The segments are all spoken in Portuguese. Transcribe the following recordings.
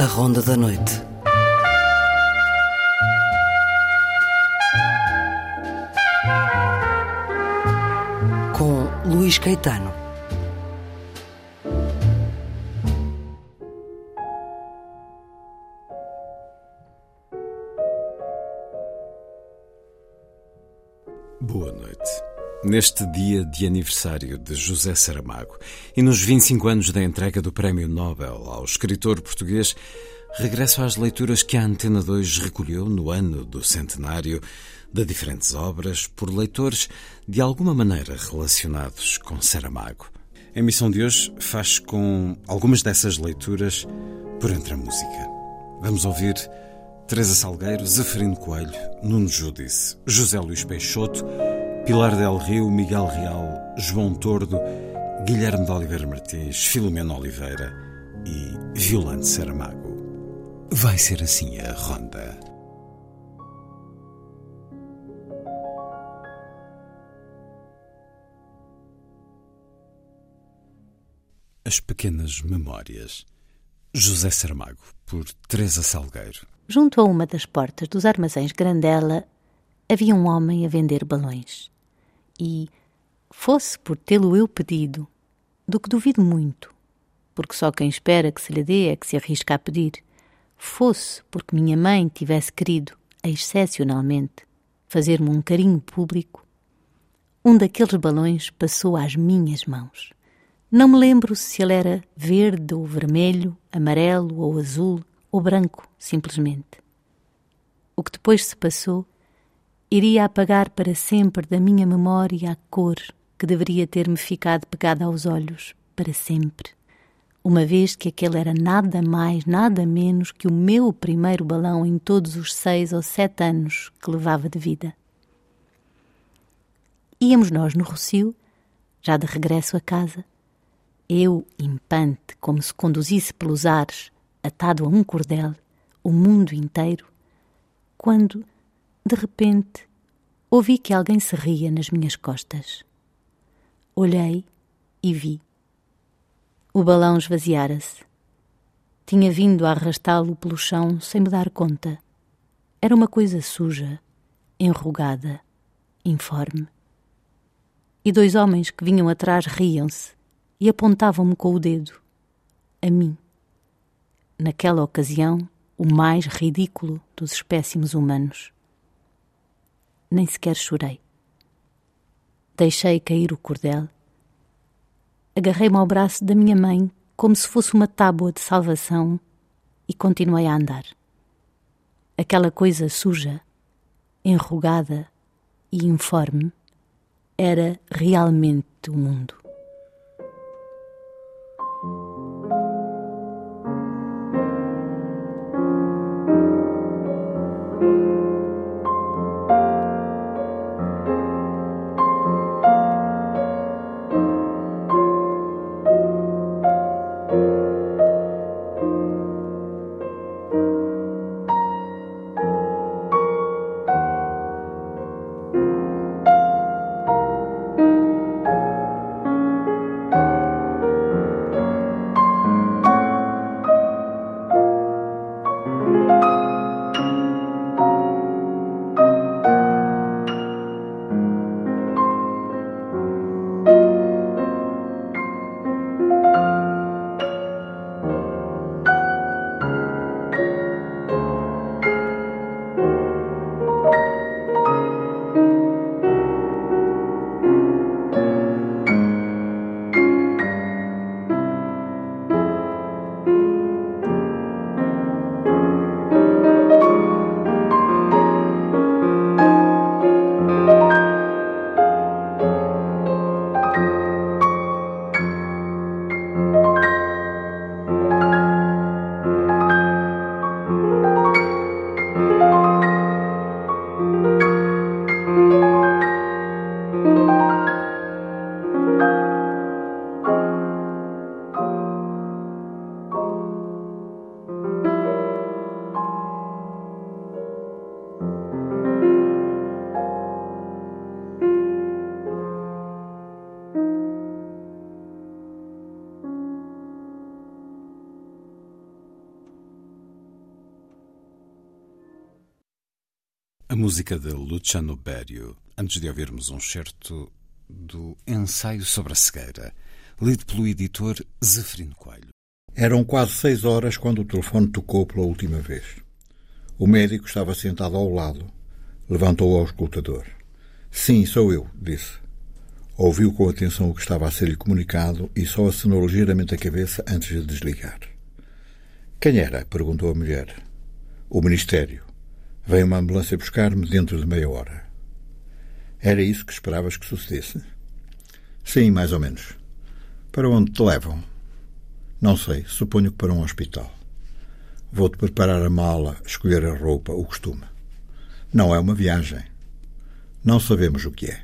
Ronda da Noite. Com Luís Caetano. Boa noite. Neste dia de aniversário de José Saramago e nos 25 anos da entrega do Prémio Nobel ao escritor português, regresso às leituras que a Antena 2 recolheu no ano do centenário de diferentes obras por leitores de alguma maneira relacionados com Saramago. A emissão de hoje faz com algumas dessas leituras por entre a música. Vamos ouvir Teresa Salgueiro, Zeferino Coelho, Nuno Judice, José Luís Peixoto, Pilar del Rio, Miguel Real, João Tordo, Guilherme de Oliveira Martins, Filomena Oliveira e Violante Saramago. Vai ser assim a ronda. As Pequenas Memórias. José Saramago, por Teresa Salgueiro. Junto a uma das portas dos armazéns Grandela havia um homem a vender balões. E, fosse por tê-lo eu pedido, do que duvido muito, porque só quem espera que se lhe dê é que se arrisca a pedir, fosse porque minha mãe tivesse querido, excepcionalmente, fazer-me um carinho público, um daqueles balões passou às minhas mãos. Não me lembro se ele era verde ou vermelho, amarelo ou azul ou branco, simplesmente. O que depois se passou iria apagar para sempre da minha memória a cor que deveria ter-me ficado pegada aos olhos para sempre, uma vez que aquele era nada mais, nada menos que o meu primeiro balão em todos os 6 ou 7 anos que levava de vida. Íamos nós no Rossio, já de regresso a casa, eu, impante, como se conduzisse pelos ares, atado a um cordel, o mundo inteiro, quando, de repente, ouvi que alguém se ria nas minhas costas. Olhei e vi. O balão esvaziara-se. Tinha vindo a arrastá-lo pelo chão sem me dar conta. Era uma coisa suja, enrugada, informe. E 2 homens que vinham atrás riam-se e apontavam-me com o dedo. A mim. Naquela ocasião, o mais ridículo dos espécimes humanos. Nem sequer chorei. Deixei cair o cordel. Agarrei-me ao braço da minha mãe como se fosse uma tábua de salvação e continuei a andar. Aquela coisa suja, enrugada e informe era realmente o mundo. A música de Luciano Berio, antes de ouvirmos um excerto do Ensaio sobre a Cegueira, lido pelo editor Zeferino Coelho. Eram quase 6 horas quando o telefone tocou pela última vez. O médico estava sentado ao lado. Levantou ao escutador. Sim, sou eu, disse. Ouviu com atenção o que estava a ser-lhe comunicado e só acenou ligeiramente a cabeça antes de desligar. Quem era? Perguntou a mulher. O Ministério. Veio uma ambulância buscar-me dentro de meia hora. Era isso que esperavas que sucedesse? Sim, mais ou menos. Para onde te levam? Não sei, suponho que para um hospital. Vou-te preparar a mala, escolher a roupa, o costume. Não é uma viagem. Não sabemos o que é.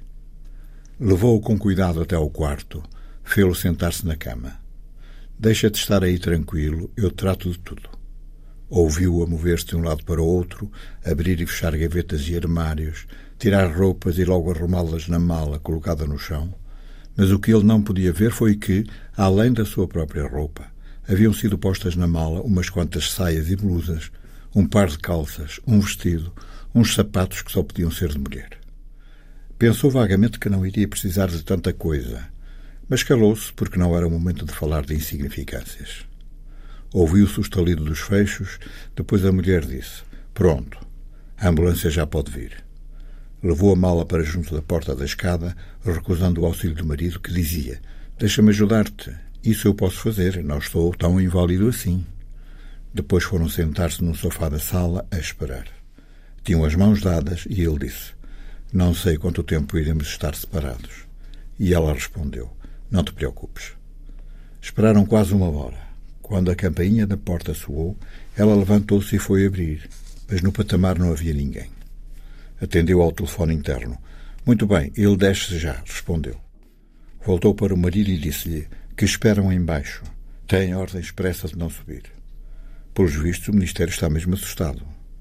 Levou-o com cuidado até ao quarto, fê-lo sentar-se na cama. Deixa-te estar aí tranquilo, eu trato de tudo. Ouviu-o a mover-se de um lado para o outro, abrir e fechar gavetas e armários, tirar roupas e logo arrumá-las na mala colocada no chão. Mas o que ele não podia ver foi que, além da sua própria roupa, haviam sido postas na mala umas quantas saias e blusas, um par de calças, um vestido, uns sapatos que só podiam ser de mulher. Pensou vagamente que não iria precisar de tanta coisa, mas calou-se porque não era o momento de falar de insignificâncias. Ouviu-se o estalido dos fechos, depois a mulher disse: Pronto, a ambulância já pode vir. Levou a mala para junto da porta da escada, recusando o auxílio do marido, que dizia: Deixa-me ajudar-te, isso eu posso fazer, não estou tão inválido assim. Depois foram sentar-se num sofá da sala a esperar. Tinham as mãos dadas e ele disse: Não sei quanto tempo iremos estar separados. E ela respondeu: Não te preocupes. Esperaram quase 1 hora. Quando a campainha da porta soou, ela levantou-se e foi abrir, mas no patamar não havia ninguém. Atendeu ao telefone interno. Muito bem, ele desce já, respondeu. Voltou para o marido e disse-lhe que esperam embaixo. Têm ordem expressa de não subir. Pelos vistos, o Ministério está mesmo assustado.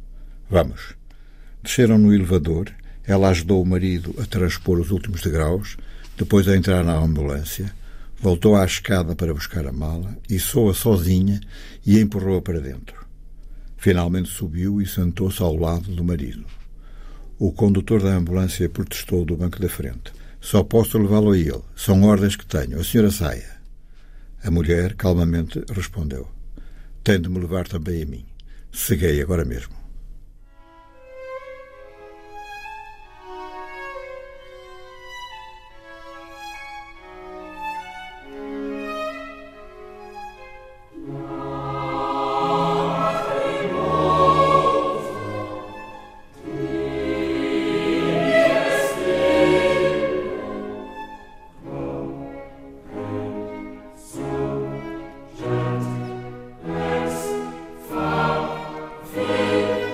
Vamos. Desceram no elevador. Ela ajudou o marido a transpor os últimos degraus, depois a entrar na ambulância. Voltou à escada para buscar a mala, içou-a sozinha e empurrou-a para dentro. Finalmente subiu e sentou-se ao lado do marido. O condutor da ambulância protestou do banco da frente. Só posso levá-lo a ele. São ordens que tenho. A senhora saia. A mulher, calmamente, respondeu: Tem de me levar também a mim. Ceguei agora mesmo. Feel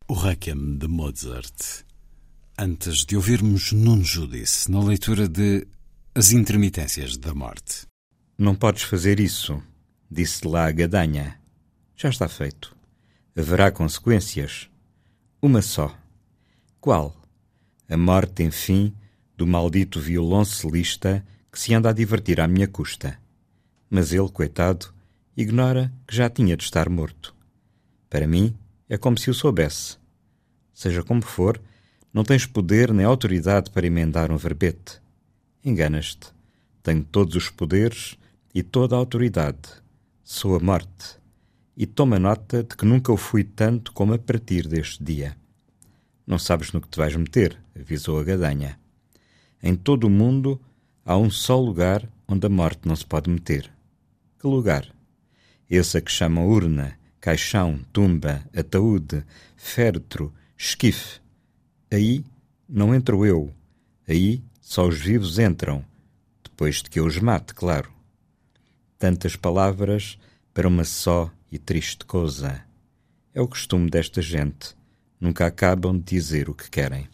O Requiem de Mozart. Antes de ouvirmos Nuno Judice na leitura de As Intermitências da Morte. Não podes fazer isso, disse lá a gadanha. Já está feito. Haverá consequências. Uma só. Qual? A morte, enfim, do maldito violoncelista que se anda a divertir à minha custa. Mas ele, coitado, ignora que já tinha de estar morto. Para mim, é como se o soubesse. Seja como for, não tens poder nem autoridade para emendar um verbete. Enganas-te. Tenho todos os poderes e toda a autoridade. Sou a morte. E toma nota de que nunca o fui tanto como a partir deste dia. Não sabes no que te vais meter, avisou a gadanha. Em todo o mundo há um só lugar onde a morte não se pode meter. Que lugar? Esse a que chamam urna, caixão, tumba, ataúde, féretro, esquife. Aí não entro eu. Aí só os vivos entram. Depois de que eu os mate, claro. Tantas palavras para uma só e triste coisa. É o costume desta gente. Nunca acabam de dizer o que querem.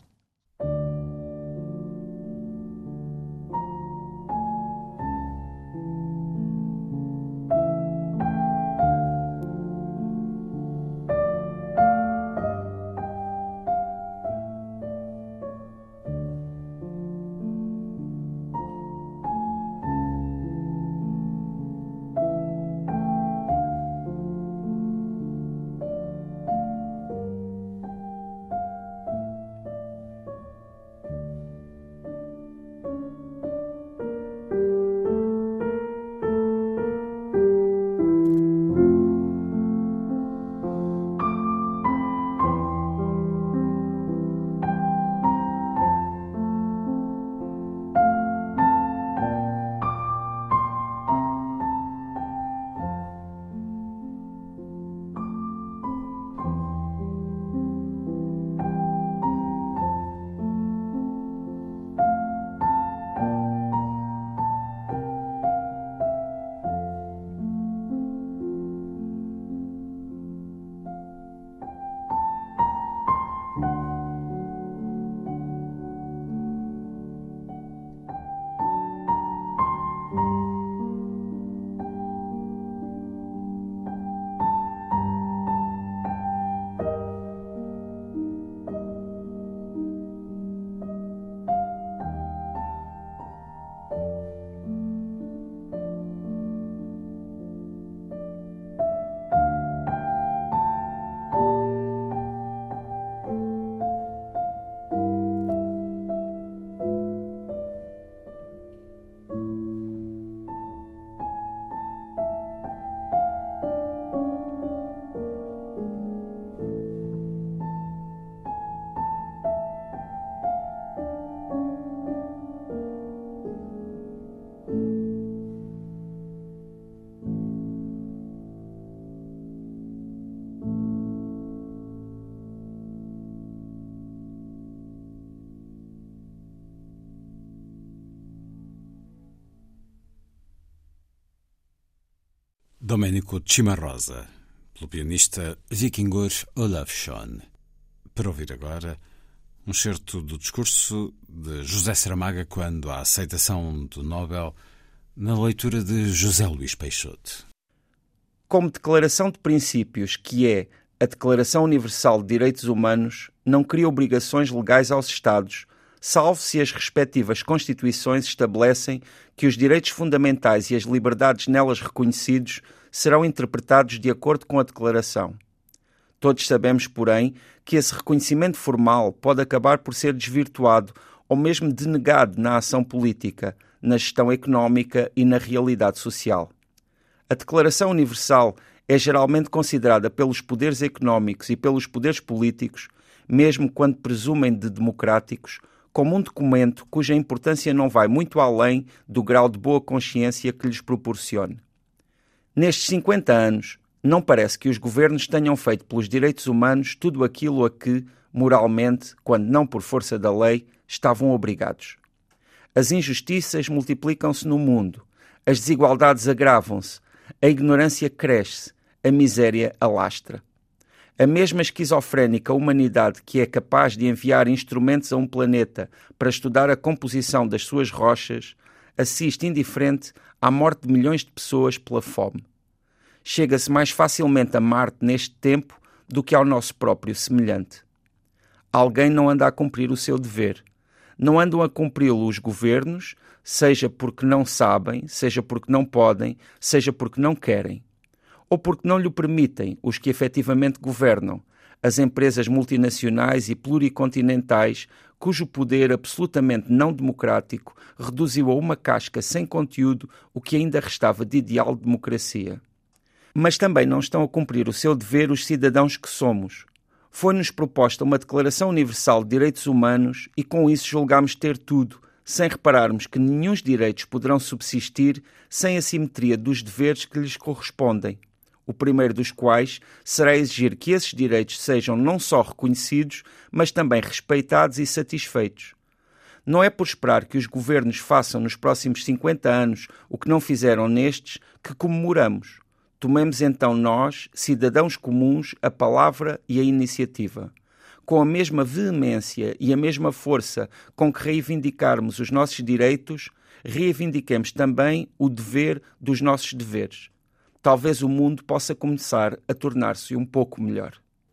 Domenico Cimarosa, pelo pianista Víkingur Ólafsson. Para ouvir agora um excerto do discurso de José Saramago quando à aceitação do Nobel, na leitura de José Luís Peixoto. Como declaração de princípios, que é a Declaração Universal de Direitos Humanos, não cria obrigações legais aos Estados, salvo se as respectivas Constituições estabelecem que os direitos fundamentais e as liberdades nelas reconhecidos serão interpretados de acordo com a Declaração. Todos sabemos, porém, que esse reconhecimento formal pode acabar por ser desvirtuado ou mesmo denegado na ação política, na gestão económica e na realidade social. A Declaração Universal é geralmente considerada pelos poderes económicos e pelos poderes políticos, mesmo quando presumem de democráticos, como um documento cuja importância não vai muito além do grau de boa consciência que lhes proporcione. Nestes 50 anos, não parece que os governos tenham feito pelos direitos humanos tudo aquilo a que, moralmente, quando não por força da lei, estavam obrigados. As injustiças multiplicam-se no mundo, as desigualdades agravam-se, a ignorância cresce, a miséria alastra. A mesma esquizofrénica humanidade que é capaz de enviar instrumentos a um planeta para estudar a composição das suas rochas, assiste indiferente à morte de milhões de pessoas pela fome. Chega-se mais facilmente a Marte neste tempo do que ao nosso próprio semelhante. Alguém não anda a cumprir o seu dever. Não andam a cumpri-lo os governos, seja porque não sabem, seja porque não podem, seja porque não querem. Ou porque não lhe permitem os que efetivamente governam, as empresas multinacionais e pluricontinentais cujo poder absolutamente não democrático reduziu a uma casca sem conteúdo o que ainda restava de ideal de democracia. Mas também não estão a cumprir o seu dever os cidadãos que somos. Foi-nos proposta uma Declaração Universal de Direitos Humanos e com isso julgámos ter tudo, sem repararmos que nenhuns direitos poderão subsistir sem a simetria dos deveres que lhes correspondem. O primeiro dos quais será exigir que esses direitos sejam não só reconhecidos, mas também respeitados e satisfeitos. Não é por esperar que os governos façam nos próximos 50 anos o que não fizeram nestes que comemoramos. Tomemos então nós, cidadãos comuns, a palavra e a iniciativa. Com a mesma veemência e a mesma força com que reivindicarmos os nossos direitos, reivindiquemos também o dever dos nossos deveres. Talvez o mundo possa começar a tornar-se um pouco melhor.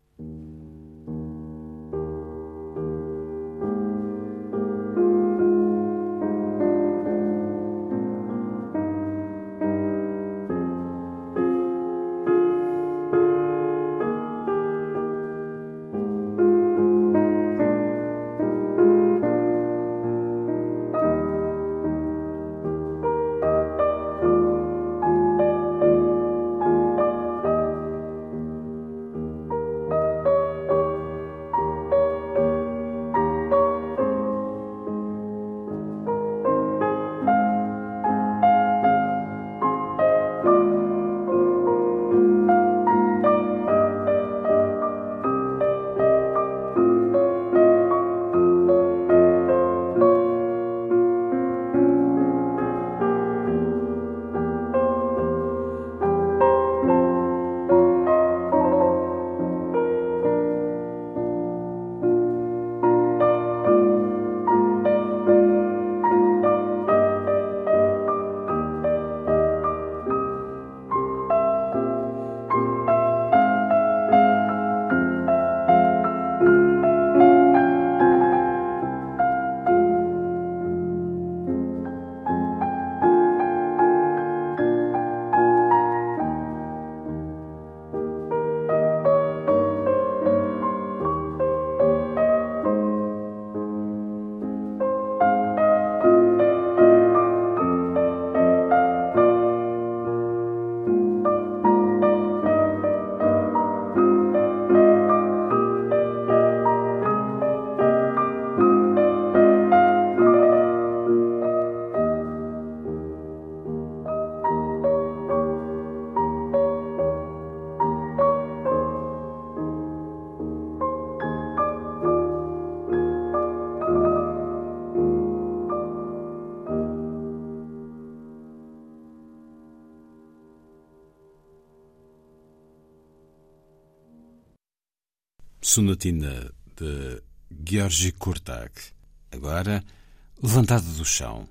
Sonatina de György Kurtág, agora Levantado do Chão,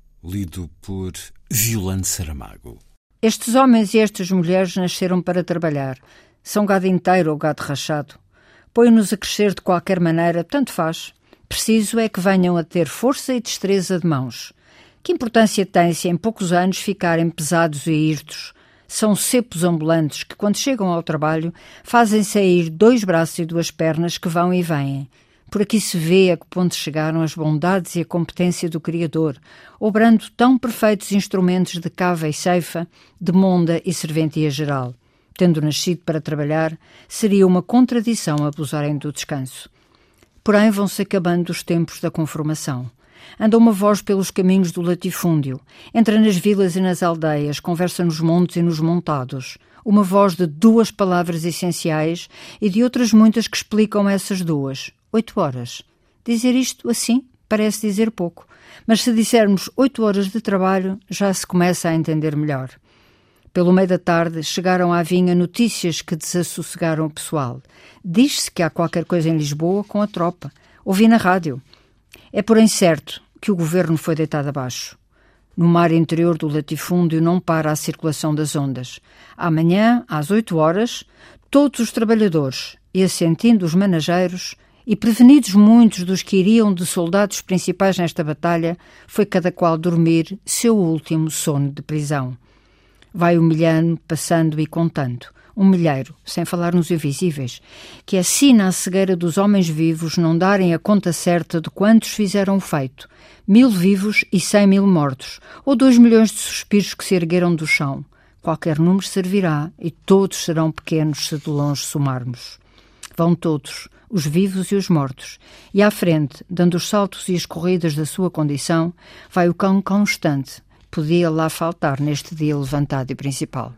lido por Violante Saramago. Estes homens e estas mulheres nasceram para trabalhar. São gado inteiro ou gado rachado. Põem-nos a crescer de qualquer maneira, tanto faz. Preciso é que venham a ter força e destreza de mãos. Que importância tem se em poucos anos ficarem pesados e hirtos? São cepos ambulantes que, quando chegam ao trabalho, fazem sair 2 braços e 2 pernas que vão e vêm. Por aqui se vê a que ponto chegaram as bondades e a competência do Criador, obrando tão perfeitos instrumentos de cava e ceifa, de monda e serventia geral. Tendo nascido para trabalhar, seria uma contradição abusarem do descanso. Porém, vão-se acabando os tempos da conformação. Anda uma voz pelos caminhos do latifúndio, entra nas vilas e nas aldeias, conversa nos montes e nos montados. Uma voz de 2 palavras essenciais e de outras muitas que explicam essas 2. 8 horas. Dizer isto assim parece dizer pouco, mas se dissermos 8 horas de trabalho, já se começa a entender melhor. Pelo meio da tarde chegaram à vinha notícias que desassossegaram o pessoal. Diz-se que há qualquer coisa em Lisboa com a tropa. Ouvi na rádio. É porém certo que o governo foi deitado abaixo. No mar interior do latifúndio não para a circulação das ondas. Amanhã, às 8 horas, todos os trabalhadores, e assentindo os manageiros, e prevenidos muitos dos que iriam de soldados principais nesta batalha, foi cada qual dormir seu último sono de prisão. Vai o milhano passando e contando, um milheiro, sem falar nos invisíveis, que assina a cegueira dos homens vivos não darem a conta certa de quantos fizeram o feito, 1000 vivos e 100.000 mortos, ou 2 milhões de suspiros que se ergueram do chão. Qualquer número servirá e todos serão pequenos se de longe somarmos. Vão todos, os vivos e os mortos, e à frente, dando os saltos e as corridas da sua condição, vai o cão constante. Podia lá faltar neste dia levantado e principal.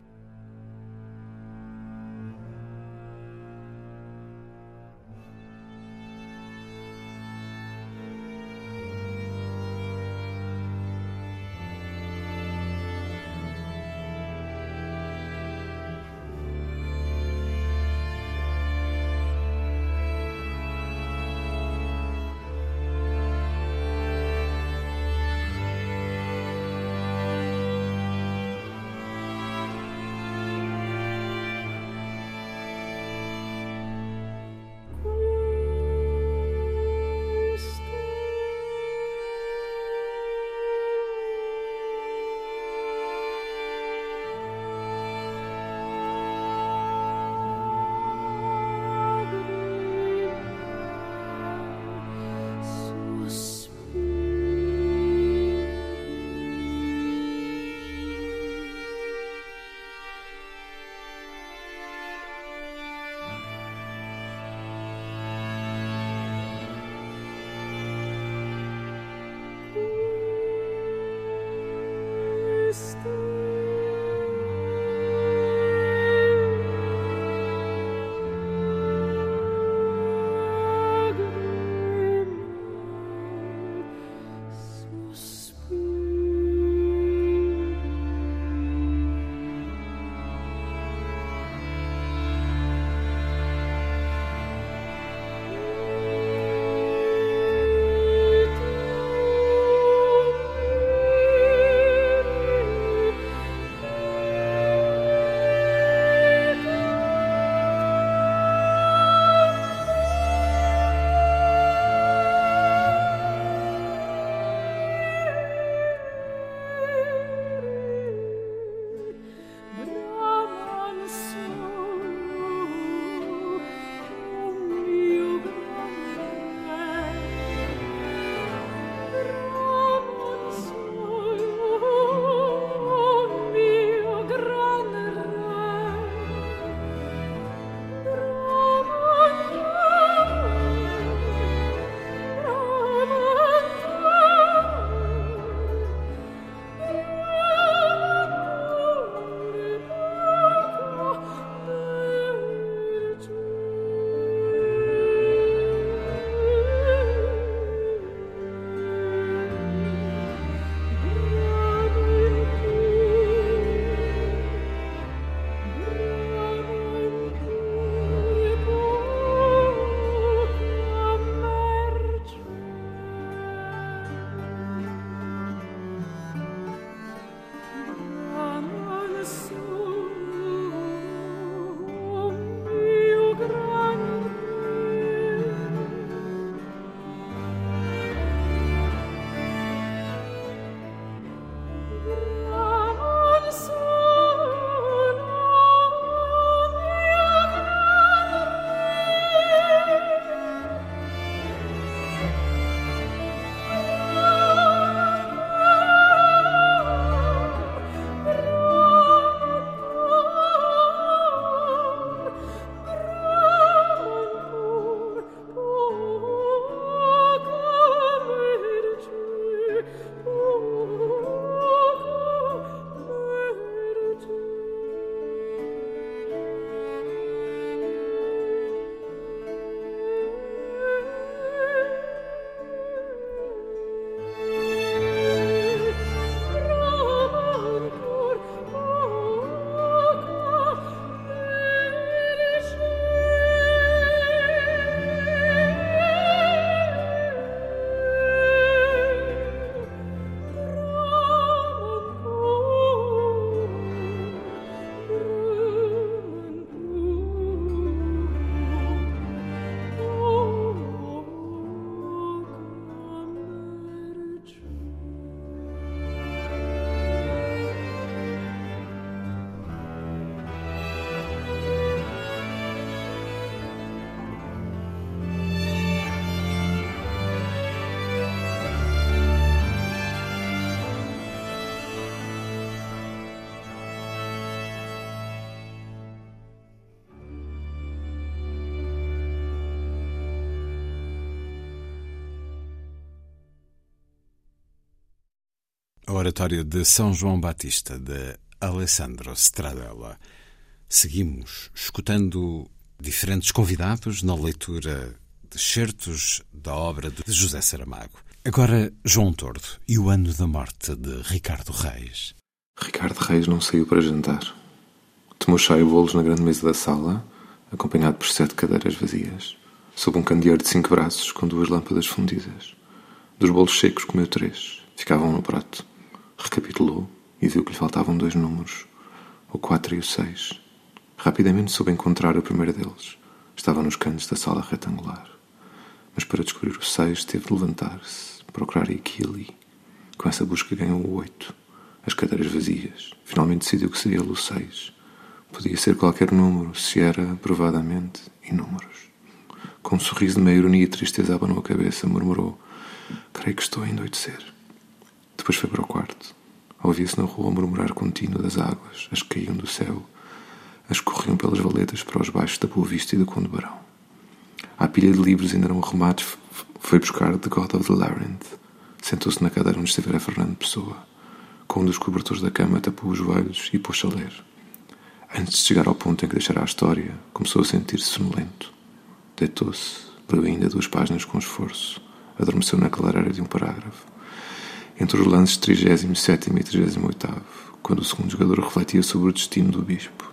a oratória de São João Batista, de Alessandro Stradella. Seguimos escutando diferentes convidados na leitura de excertos da obra de José Saramago. Agora, João Tordo e o ano da morte de Ricardo Reis. Ricardo Reis não saiu para jantar. Tomou chá e bolos na grande mesa da sala, acompanhado por 7 cadeiras vazias, sob um candeeiro de 5 braços com 2 lâmpadas fundidas. Dos bolos secos comeu 3, ficavam no prato. Recapitulou e viu que lhe faltavam 2 números, o 4 e o 6. Rapidamente soube encontrar o primeiro deles. Estava nos cantos da sala retangular. Mas para descobrir o 6 teve de levantar-se, procurar aqui e ali. Com essa busca ganhou o 8. As cadeiras vazias. Finalmente decidiu que seria o 6. Podia ser qualquer número, se era, provadamente, inúmeros. Com um sorriso de meia ironia e tristeza abanou a cabeça, murmurou: creio que estou a endoidecer. Depois foi para o quarto. Ouvia-se na rua o murmurar contínuo das águas, as que caíam do céu, as que corriam pelas valetas para os baixos da Boa Vista e do Conde Barão. À pilha de livros ainda não arrumados, foi buscar The God of the Labyrinth. Sentou-se na cadeira onde estivera Fernando Pessoa. Com um dos cobertores da cama tapou os joelhos e pôs-se a ler. Antes de chegar ao ponto em que deixará a história, começou a sentir-se sonolento. Deitou-se, leu ainda 2 páginas com esforço, adormeceu na clareira de um parágrafo. Entre os lances 37º e 38º, quando o segundo jogador refletia sobre o destino do bispo.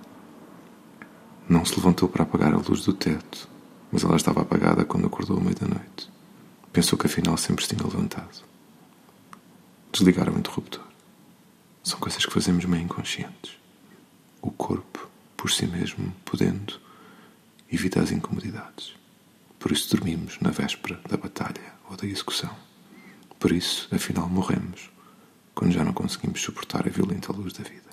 Não se levantou para apagar a luz do teto, mas ela estava apagada quando acordou à meia-da-noite. Pensou que afinal sempre se tinha levantado. Desligar o interruptor. São coisas que fazemos meio inconscientes. O corpo, por si mesmo, podendo, evita as incomodidades. Por isso dormimos na véspera da batalha ou da execução. Por isso, afinal, morremos, quando já não conseguimos suportar a violenta luz da vida.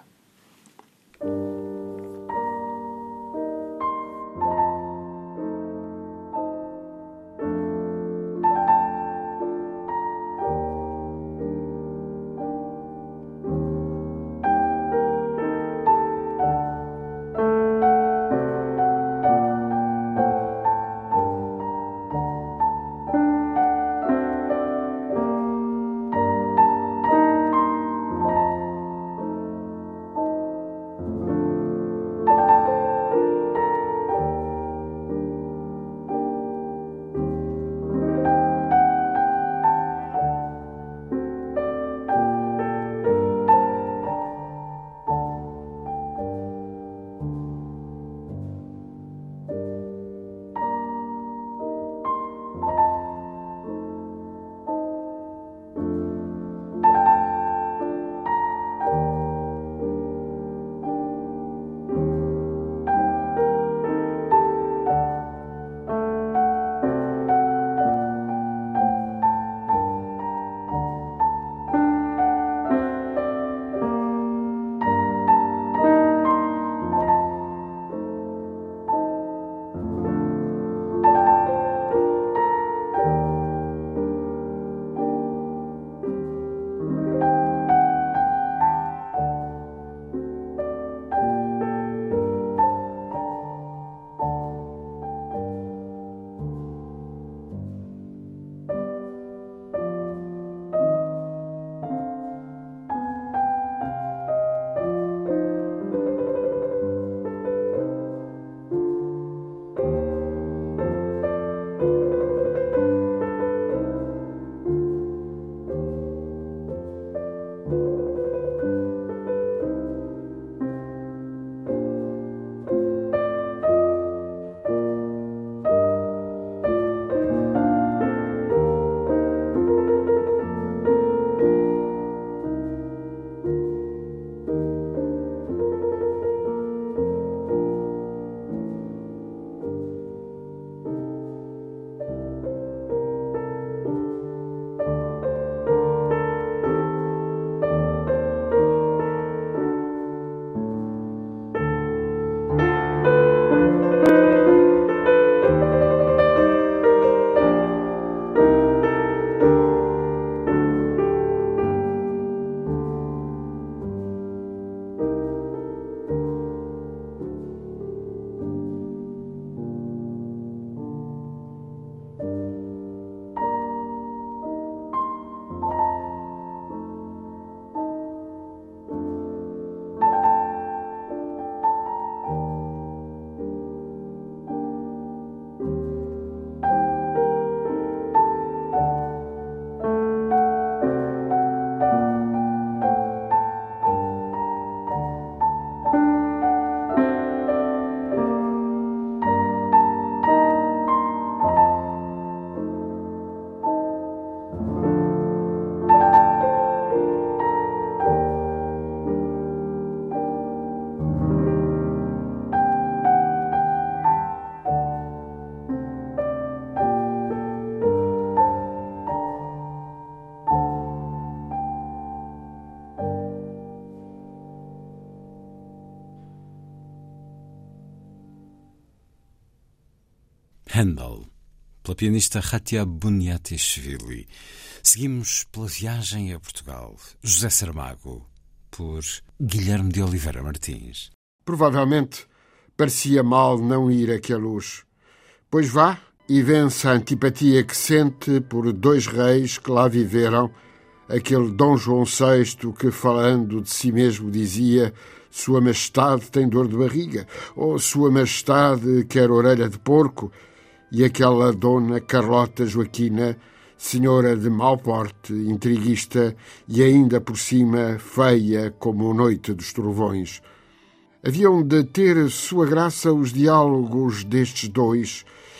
Handel, pela pianista Hatia Buniatishvili. Seguimos pela viagem a Portugal. José Saramago, por Guilherme de Oliveira Martins. Provavelmente parecia mal não ir a Queluz. Pois vá e vence a antipatia que sente por dois reis que lá viveram, aquele Dom João VI que, falando de si mesmo, dizia: Sua Majestade tem dor de barriga, ou Sua Majestade quer orelha de porco, e aquela Dona Carlota Joaquina, senhora de mau porte, intriguista e ainda por cima feia como a noite dos trovões. Haviam de ter sua graça os diálogos destes dois,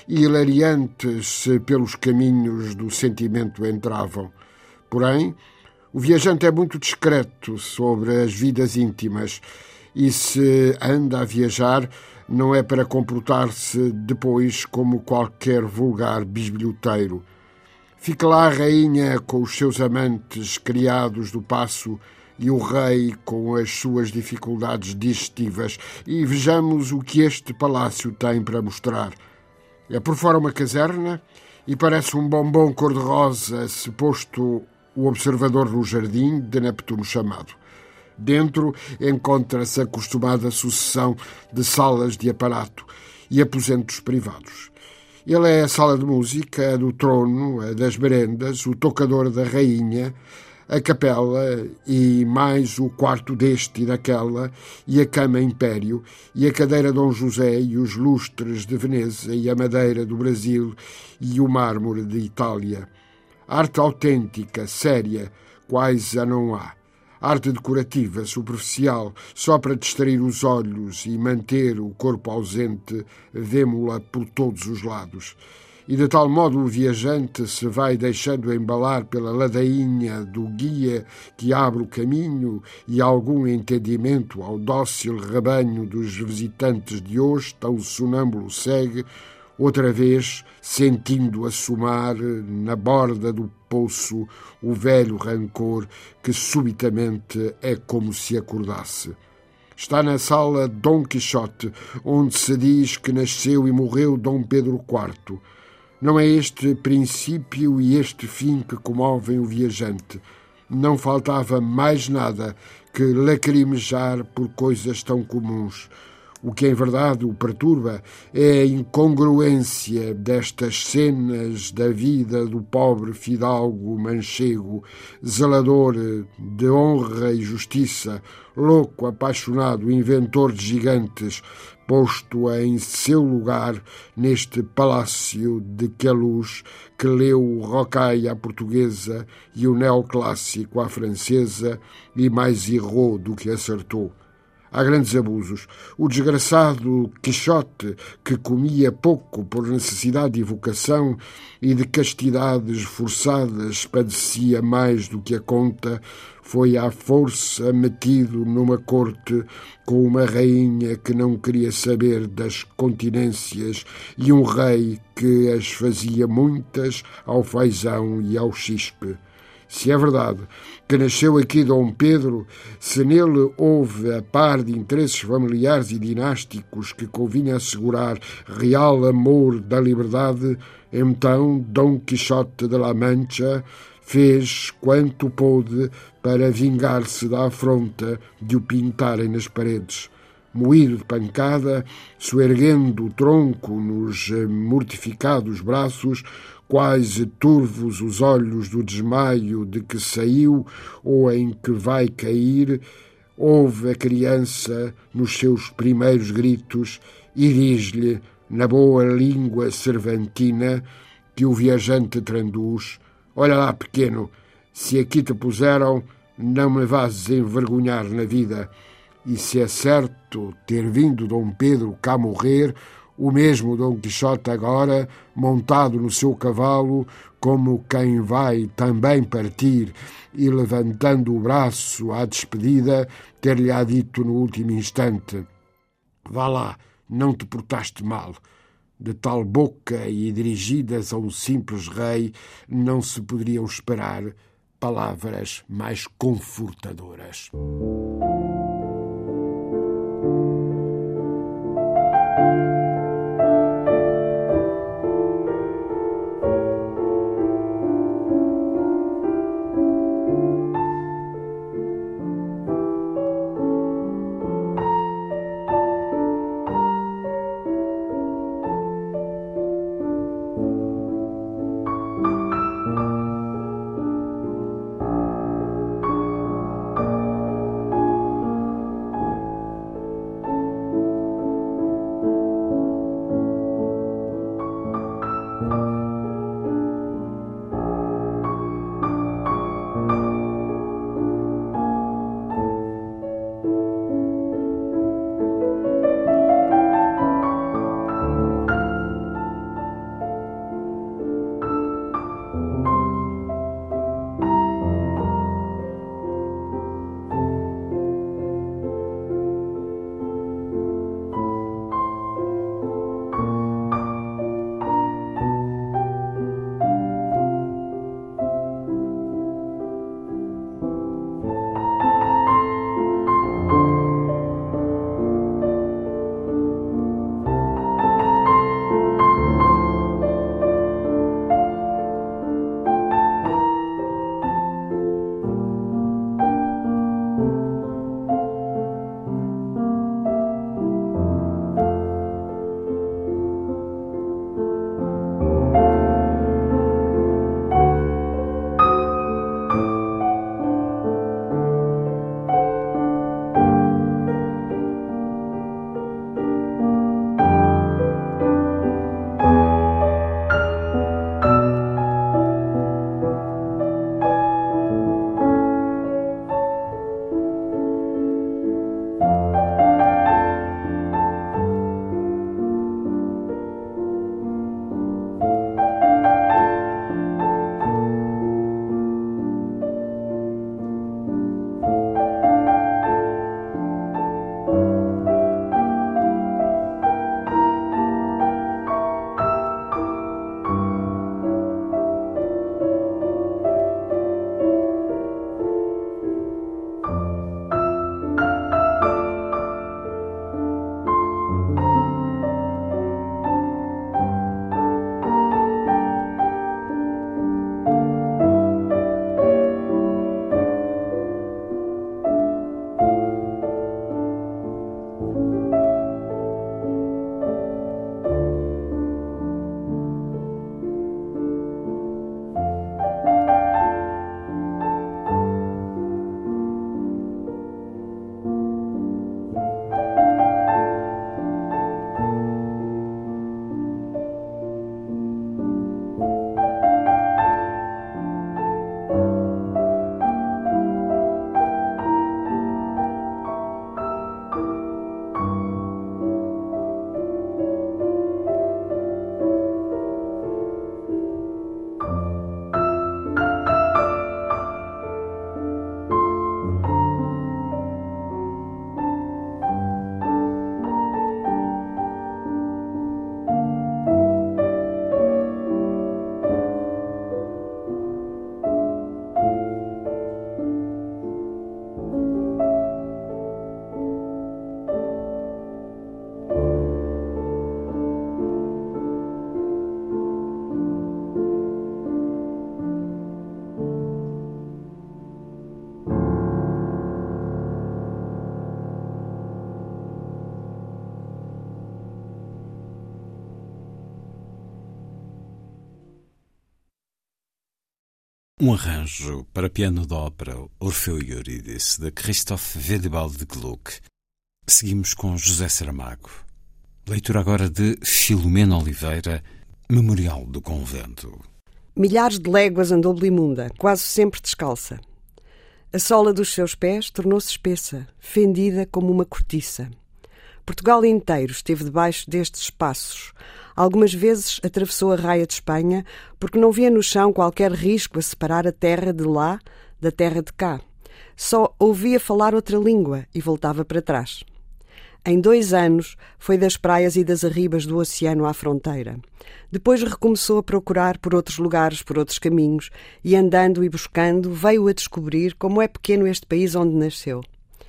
hilariantes se pelos caminhos do sentimento entravam. Porém, o viajante é muito discreto sobre as vidas íntimas e, se anda a viajar, não é para comportar-se depois como qualquer vulgar bisbilhoteiro. Fica lá a rainha com os seus amantes criados do paço e o rei com as suas dificuldades digestivas, e vejamos o que este palácio tem para mostrar. É por fora uma caserna e parece um bombom cor-de-rosa se posto o observador no jardim de Neptuno chamado. Dentro encontra-se a acostumada sucessão de salas de aparato e aposentos privados. Ele é a sala de música, a do trono, a das merendas, o tocador da rainha, a capela e mais o quarto deste e daquela, e a cama império, e a cadeira Dom José, e os lustres de Veneza, e a madeira do Brasil, e o mármore de Itália. Arte autêntica, séria, quase a não há. Arte decorativa, superficial, só para distrair os olhos e manter o corpo ausente, vemo-la por todos os lados. E de tal modo o viajante se vai deixando embalar pela ladainha do guia que abre o caminho e algum entendimento ao dócil rebanho dos visitantes de hoje, tão sonâmbulo segue, outra vez sentindo assomar na borda do poço o velho rancor que subitamente é como se acordasse. Está na sala Dom Quixote, onde se diz que nasceu e morreu Dom Pedro IV. Não é este princípio e este fim que comovem o viajante. Não faltava mais nada que lacrimejar por coisas tão comuns. O que em verdade o perturba é a incongruência destas cenas da vida do pobre fidalgo manchego, zelador de honra e justiça, louco, apaixonado, inventor de gigantes, posto em seu lugar neste palácio de Queluz, que leu o Rocaille à portuguesa e o neoclássico à francesa e mais errou do que acertou. Há grandes abusos. O desgraçado Quixote, que comia pouco por necessidade de vocação e de castidades forçadas, padecia mais do que a conta, foi à força metido numa corte com uma rainha que não queria saber das continências e um rei que as fazia muitas ao fazão e ao chispe. Se é verdade que nasceu aqui Dom Pedro, se nele houve, a par de interesses familiares e dinásticos que convinha assegurar real amor da liberdade, então Dom Quixote de la Mancha fez quanto pôde para vingar-se da afronta de o pintarem nas paredes. Moído de pancada, soerguendo o tronco nos mortificados braços, quase turvos os olhos do desmaio de que saiu ou em que vai cair, ouve a criança nos seus primeiros gritos e diz-lhe, na boa língua cervantina, que o viajante traduz: olha lá, pequeno, se aqui te puseram, não me vás envergonhar na vida. E se é certo ter vindo Dom Pedro cá morrer, o mesmo Dom Quixote agora, montado no seu cavalo, como quem vai também partir, e levantando o braço à despedida, ter-lhe-á dito no último instante: vá lá, não te portaste mal. De tal boca e dirigidas a um simples rei, não se poderiam esperar palavras mais confortadoras. Um arranjo para piano da ópera Orfeu e Eurídice, de Christoph Willibald Gluck. Seguimos com José Saramago. Leitura agora de Filomena Oliveira, Memorial do Convento. Milhares de léguas andou Blimunda, quase sempre descalça. A sola dos seus pés tornou-se espessa, fendida como uma cortiça. Portugal inteiro esteve debaixo destes espaços. Algumas vezes atravessou a raia de Espanha porque não via no chão qualquer risco a separar a terra de lá da terra de cá. Só ouvia falar outra língua e voltava para trás. Em 2 anos foi das praias e das arribas do oceano à fronteira. Depois recomeçou a procurar por outros lugares, por outros caminhos, e andando e buscando veio a descobrir como é pequeno este país onde nasceu.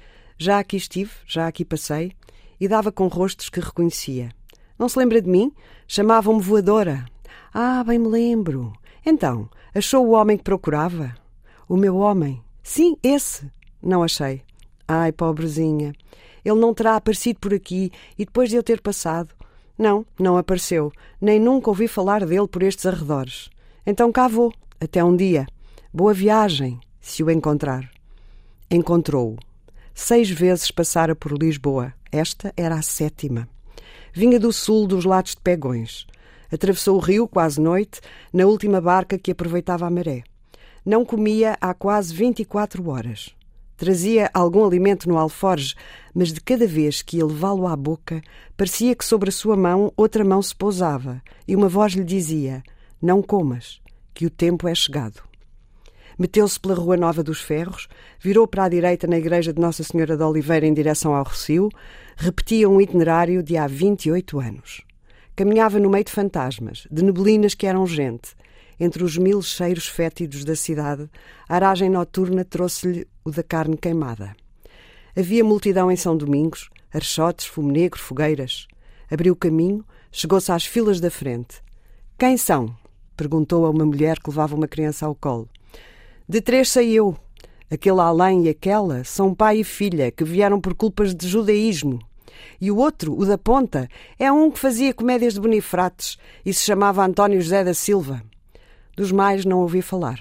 Já aqui estive, já aqui passei, e dava com rostos que reconhecia. Não se lembra de mim? Chamavam-me Voadora. Ah, bem me lembro. Então, achou o homem que procurava? O meu homem? Sim, esse. Não achei. Ai, pobrezinha. Ele não terá aparecido por aqui e depois de eu ter passado? Não, não apareceu. Nem nunca ouvi falar dele por estes arredores. Então cá vou. Até um dia. Boa viagem, se o encontrar. Encontrou-o. 6 vezes passara por Lisboa. Esta era a 7ª. Vinha do sul dos lados de Pegões. Atravessou o rio quase noite, na última barca que aproveitava a maré. Não comia há quase 24 horas. Trazia algum alimento no alforje, mas de cada vez que ia levá-lo à boca, parecia que sobre a sua mão outra mão se pousava e uma voz lhe dizia: não comas, que o tempo é chegado. Meteu-se pela Rua Nova dos Ferros, virou para a direita na igreja de Nossa Senhora de Oliveira em direção ao Rossio, repetia um itinerário de há 28 anos. Caminhava no meio de fantasmas, de neblinas que eram gente. Entre os 1000 cheiros fétidos da cidade, a aragem noturna trouxe-lhe o da carne queimada. Havia multidão em São Domingos, archotes, fumo negro, fogueiras. Abriu o caminho, chegou-se às filas da frente. Quem são? Perguntou a uma mulher que levava uma criança ao colo. De 3 sei eu. Aquele além e aquela são pai e filha que vieram por culpas de judaísmo. E o outro, o da ponta, é um que fazia comédias de bonifrates e se chamava António José da Silva. Dos mais não ouvi falar.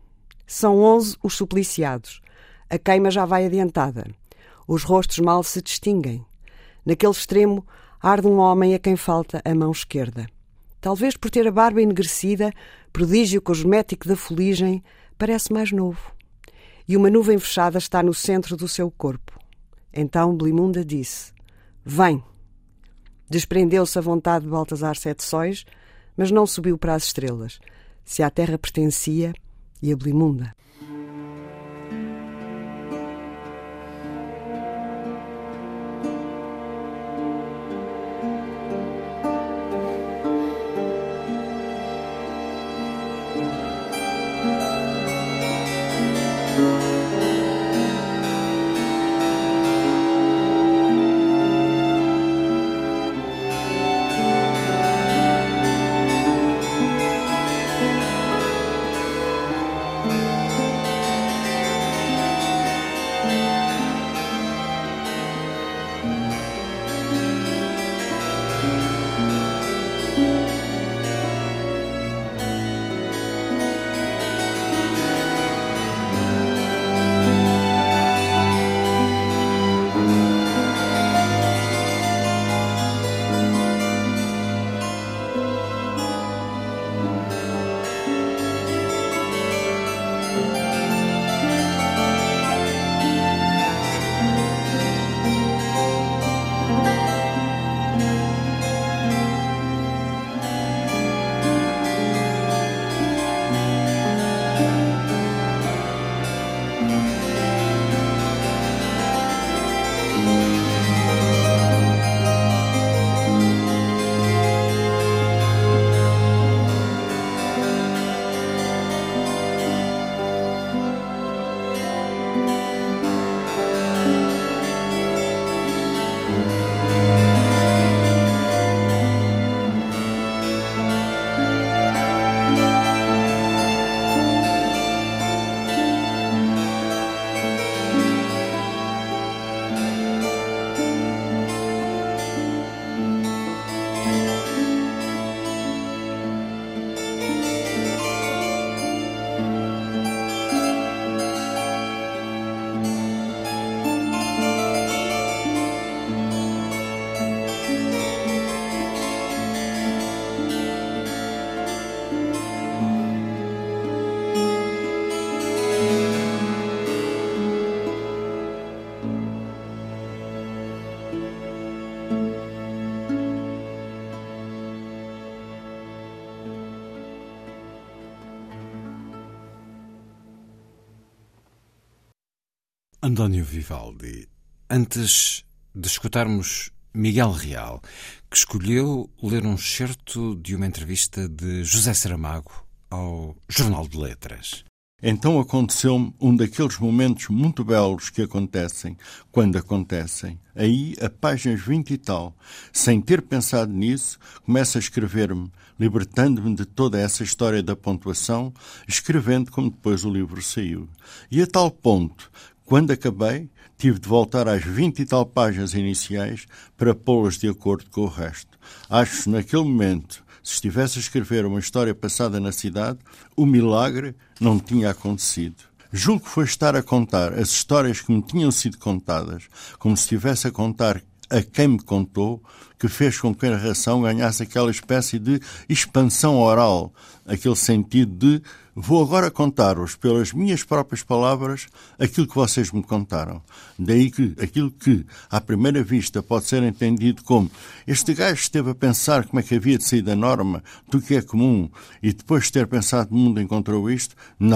São 11 os supliciados. A queima já vai adiantada. Os rostos mal se distinguem. Naquele extremo arde um homem a quem falta a mão esquerda. Talvez por ter a barba enegrecida, prodígio cosmético da fuligem, parece mais novo. E uma nuvem fechada está no centro do seu corpo. Então Blimunda disse: vem. Desprendeu-se a vontade de Baltasar Sete Sóis, mas não subiu para as estrelas. Se à terra pertencia, e a Blimunda. António Vivaldi, antes de escutarmos Miguel Real, que escolheu ler um excerto de uma entrevista de José Saramago ao Jornal de Letras. Então aconteceu-me um daqueles momentos muito belos que acontecem, quando acontecem. Aí, a páginas 20 e tal, sem ter pensado nisso, começo a escrever-me, libertando-me de toda essa história da pontuação, escrevendo como depois o livro saiu. E a tal ponto, quando acabei, tive de voltar às 20 e tal páginas iniciais para pô-las de acordo com o resto. Acho que naquele momento, se estivesse a escrever uma história passada na cidade, o milagre não tinha acontecido. Julgo que foi estar a contar as histórias que me tinham sido contadas, como se estivesse a contar a quem me contou, que fez com que a narração ganhasse aquela espécie de expansão oral, aquele sentido de vou agora contar-vos pelas minhas próprias palavras aquilo que vocês me contaram. Daí que aquilo que, à primeira vista, pode ser entendido como este gajo esteve a pensar como é que havia de sair da norma, do que é comum, e depois de ter pensado no mundo encontrou isto.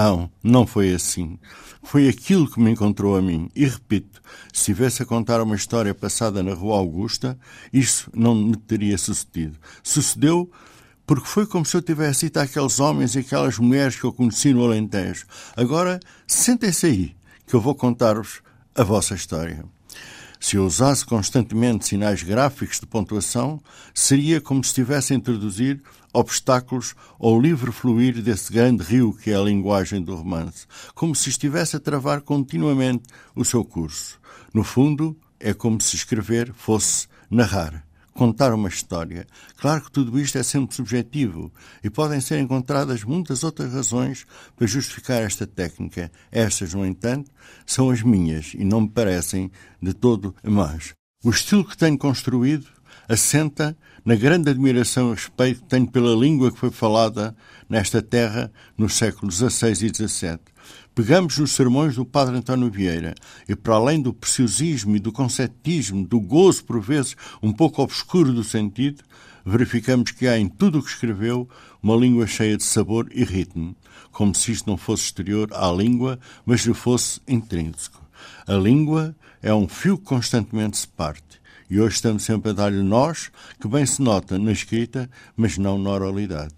Não foi assim. Foi aquilo que me encontrou a mim. E repito, se estivesse a contar uma história passada na Rua Augusta, isso não me teria sucedido. Sucedeu porque foi como se eu tivesse ido àqueles homens e aquelas mulheres que eu conheci no Alentejo. Agora, sentem-se aí, que eu vou contar-vos a vossa história. Se eu usasse constantemente sinais gráficos de pontuação, seria como se estivesse a introduzir obstáculos ao livre fluir desse grande rio que é a linguagem do romance, como se estivesse a travar continuamente o seu curso. No fundo, é como se escrever fosse narrar, contar uma história. Claro que tudo isto é sempre subjetivo e podem ser encontradas muitas outras razões para justificar esta técnica. Estas, no entanto, são as minhas e não me parecem de todo más. O estilo que tenho construído assenta na grande admiração e respeito que tenho pela língua que foi falada nesta terra nos séculos XVI e XVII. Pegamos nos sermões do Padre António Vieira e, para além do preciosismo e do conceptismo, do gozo, por vezes, um pouco obscuro do sentido, verificamos que há em tudo o que escreveu uma língua cheia de sabor e ritmo, como se isto não fosse exterior à língua, mas lhe fosse intrínseco. A língua é um fio que constantemente se parte, e hoje estamos sempre a dar-lhe nós, que bem se nota na escrita, mas não na oralidade.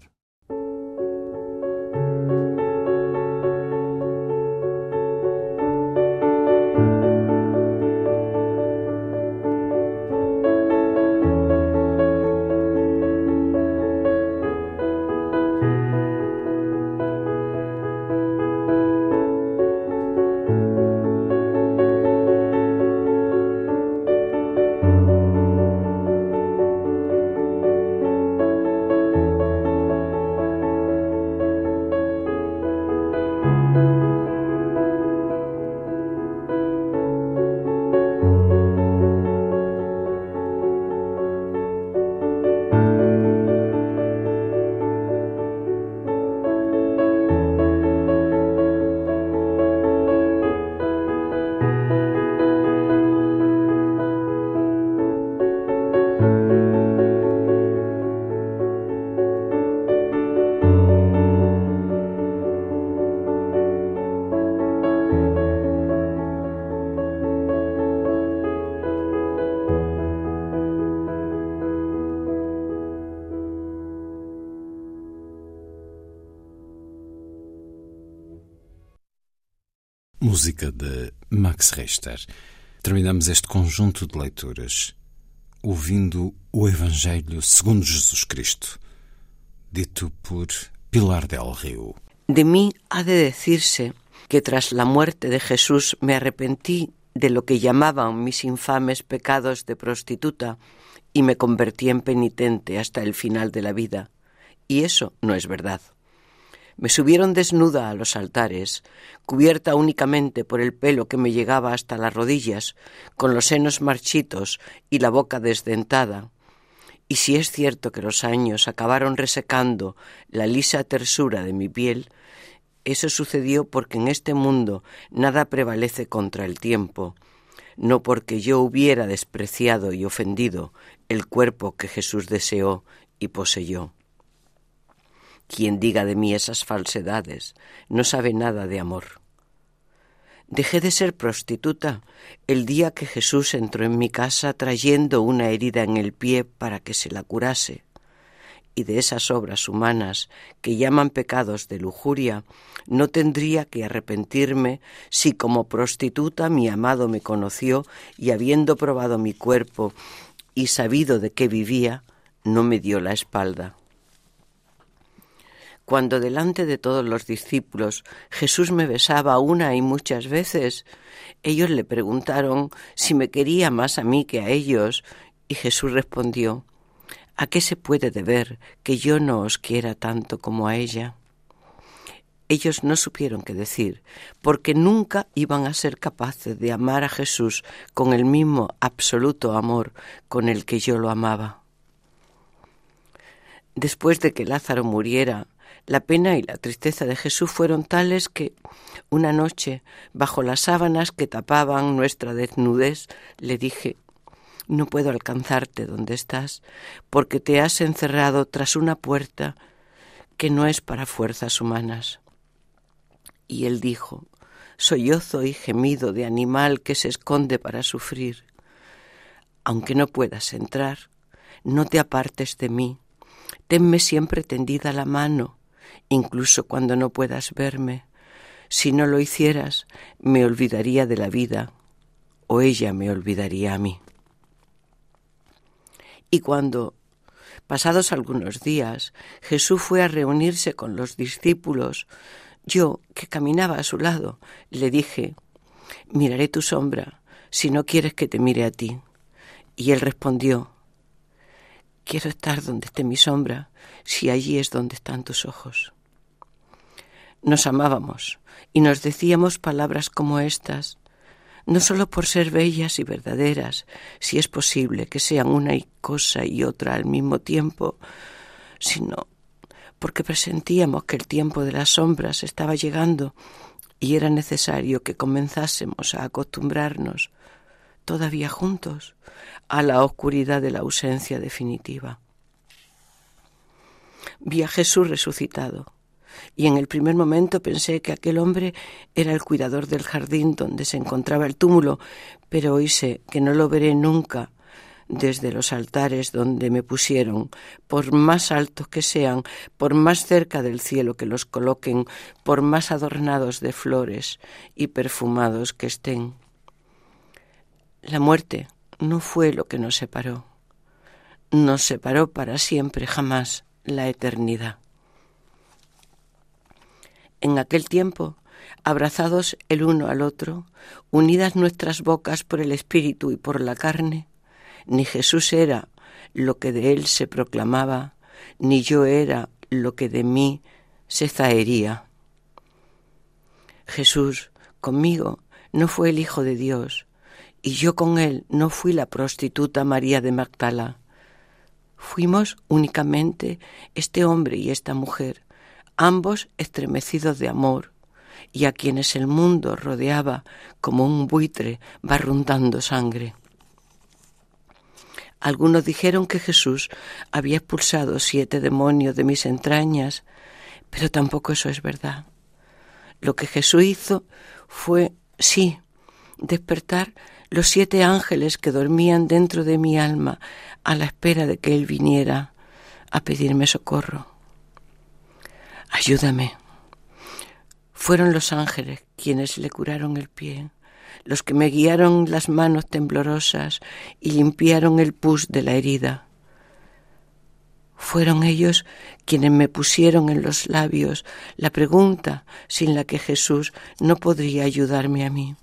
Música de Max Richter. Terminamos este conjunto de leituras ouvindo o Evangelho segundo Jesus Cristo, dito por Pilar del Rio. De mí ha de decirse que tras la muerte de Jesús me arrepentí de lo que llamaban mis infames pecados de prostituta y me convertí en penitente hasta el final de la vida. Y eso no es verdad. Me subieron desnuda a los altares, cubierta únicamente por el pelo que me llegaba hasta las rodillas, con los senos marchitos y la boca desdentada. Y si es cierto que los años acabaron resecando la lisa tersura de mi piel, eso sucedió porque en este mundo nada prevalece contra el tiempo, no porque yo hubiera despreciado y ofendido el cuerpo que Jesús deseó y poseyó. Quien diga de mí esas falsedades no sabe nada de amor. Dejé de ser prostituta el día que Jesús entró en mi casa trayendo una herida en el pie para que se la curase. Y de esas obras humanas que llaman pecados de lujuria, no tendría que arrepentirme si como prostituta mi amado me conoció y habiendo probado mi cuerpo y sabido de qué vivía, no me dio la espalda. Cuando delante de todos los discípulos Jesús me besaba una y muchas veces, ellos le preguntaron si me quería más a mí que a ellos, y Jesús respondió: ¿a qué se puede deber que yo no os quiera tanto como a ella? Ellos no supieron qué decir, porque nunca iban a ser capaces de amar a Jesús con el mismo absoluto amor con el que yo lo amaba. Después de que Lázaro muriera, la pena y la tristeza de Jesús fueron tales que, una noche, bajo las sábanas que tapaban nuestra desnudez, le dije: no puedo alcanzarte donde estás, porque te has encerrado tras una puerta que no es para fuerzas humanas. Y él dijo: sollozo y gemido de animal que se esconde para sufrir. Aunque no puedas entrar, no te apartes de mí. Tenme siempre tendida la mano, incluso cuando no puedas verme. Si no lo hicieras, me olvidaría de la vida, o ella me olvidaría a mí. Y cuando, pasados algunos días, Jesús fue a reunirse con los discípulos, yo, que caminaba a su lado, le dije: miraré tu sombra, si no quieres que te mire a ti. Y él respondió: quiero estar donde esté mi sombra, si allí es donde están tus ojos. Nos amábamos y nos decíamos palabras como estas, no solo por ser bellas y verdaderas, si es posible que sean una cosa y otra al mismo tiempo, sino porque presentíamos que el tiempo de las sombras estaba llegando y era necesario que comenzásemos a acostumbrarnos, todavía juntos, a la oscuridad de la ausencia definitiva. Vi a Jesús resucitado, y en el primer momento pensé que aquel hombre era el cuidador del jardín donde se encontraba el túmulo, pero hoy sé que no lo veré nunca desde los altares donde me pusieron, por más altos que sean, por más cerca del cielo que los coloquen, por más adornados de flores y perfumados que estén. La muerte no fue lo que nos separó para siempre, jamás, la eternidad. En aquel tiempo, abrazados el uno al otro, unidas nuestras bocas por el espíritu y por la carne, ni Jesús era lo que de él se proclamaba, ni yo era lo que de mí se zahería. Jesús conmigo no fue el Hijo de Dios, y yo con él no fui la prostituta María de Magdala. Fuimos únicamente este hombre y esta mujer, ambos estremecidos de amor, y a quienes el mundo rodeaba como un buitre barruntando sangre. Algunos dijeron que Jesús había expulsado 7 demonios de mis entrañas, pero tampoco eso es verdad. Lo que Jesús hizo fue, sí, despertar los 7 ángeles que dormían dentro de mi alma a la espera de que Él viniera a pedirme socorro. Ayúdame. Fueron los ángeles quienes le curaron el pie, los que me guiaron las manos temblorosas y limpiaron el pus de la herida. Fueron ellos quienes me pusieron en los labios la pregunta sin la que Jesús no podría ayudarme a mí.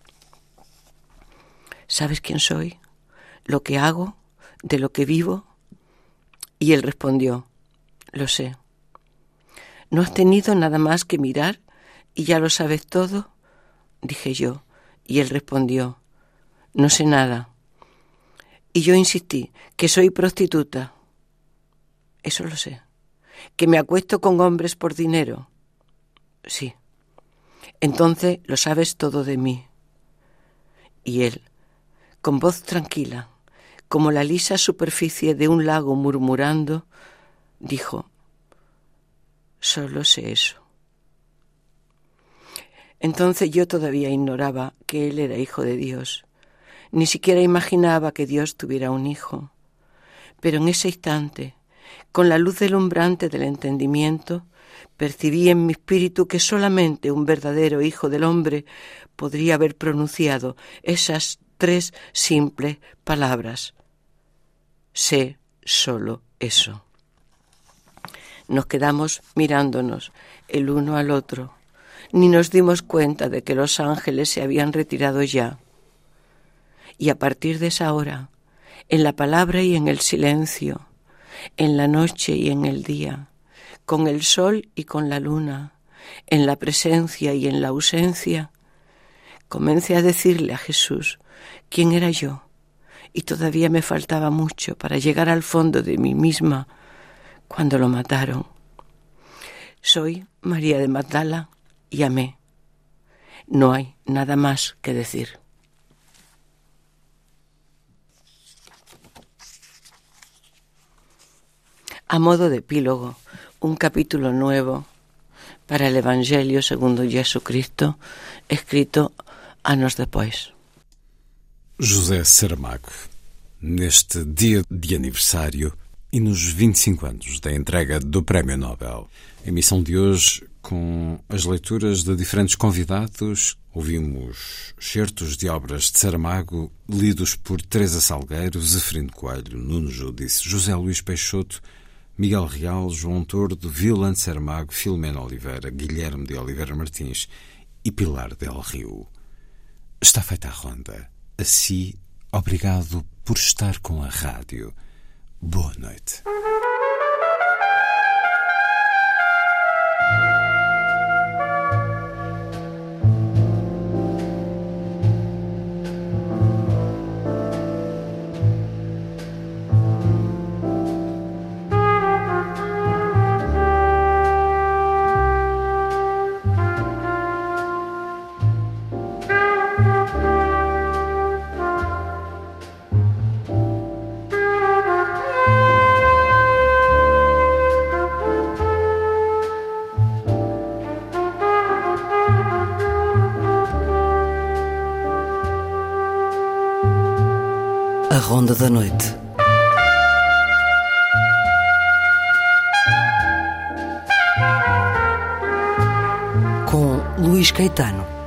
¿Sabes quién soy? ¿Lo que hago? ¿De lo que vivo? Y él respondió: lo sé. ¿No has tenido nada más que mirar y ya lo sabes todo? Dije yo, y él respondió: no sé nada. Y yo insistí: que soy prostituta. Eso lo sé. ¿Que me acuesto con hombres por dinero? Sí. Entonces lo sabes todo de mí. Y él, con voz tranquila, como la lisa superficie de un lago murmurando, dijo: solo sé eso. Entonces yo todavía ignoraba que él era hijo de Dios. Ni siquiera imaginaba que Dios tuviera un hijo. Pero en ese instante, con la luz deslumbrante del entendimiento, percibí en mi espíritu que solamente un verdadero hijo del hombre podría haber pronunciado esas 3 simples palabras. Sé solo eso. Nos quedamos mirándonos el uno al otro. Ni nos dimos cuenta de que los ángeles se habían retirado ya. Y a partir de esa hora, en la palabra y en el silencio, en la noche y en el día, con el sol y con la luna, en la presencia y en la ausencia, comencé a decirle a Jesús quién era yo, y todavía me faltaba mucho para llegar al fondo de mí misma cuando lo mataron. Soy María de Magdala y amé. No hay nada más que decir. A modo de epílogo, un capítulo nuevo para el Evangelio segundo Jesucristo, escrito anos depois. José Saramago, neste dia de aniversário e nos 25 anos da entrega do Prémio Nobel. Emissão de hoje com as leituras de diferentes convidados. Ouvimos certos de obras de Saramago lidos por Teresa Salgueiro, Zeferino Coelho, Nuno Judice, José Luís Peixoto, Miguel Real, João Tordo, Violante Saramago, Filomena Oliveira, Guilherme de Oliveira Martins e Pilar del Rio. Está feita a ronda. A si, obrigado por estar com a rádio. Boa noite. A Ronda da Noite. Com Luís Caetano.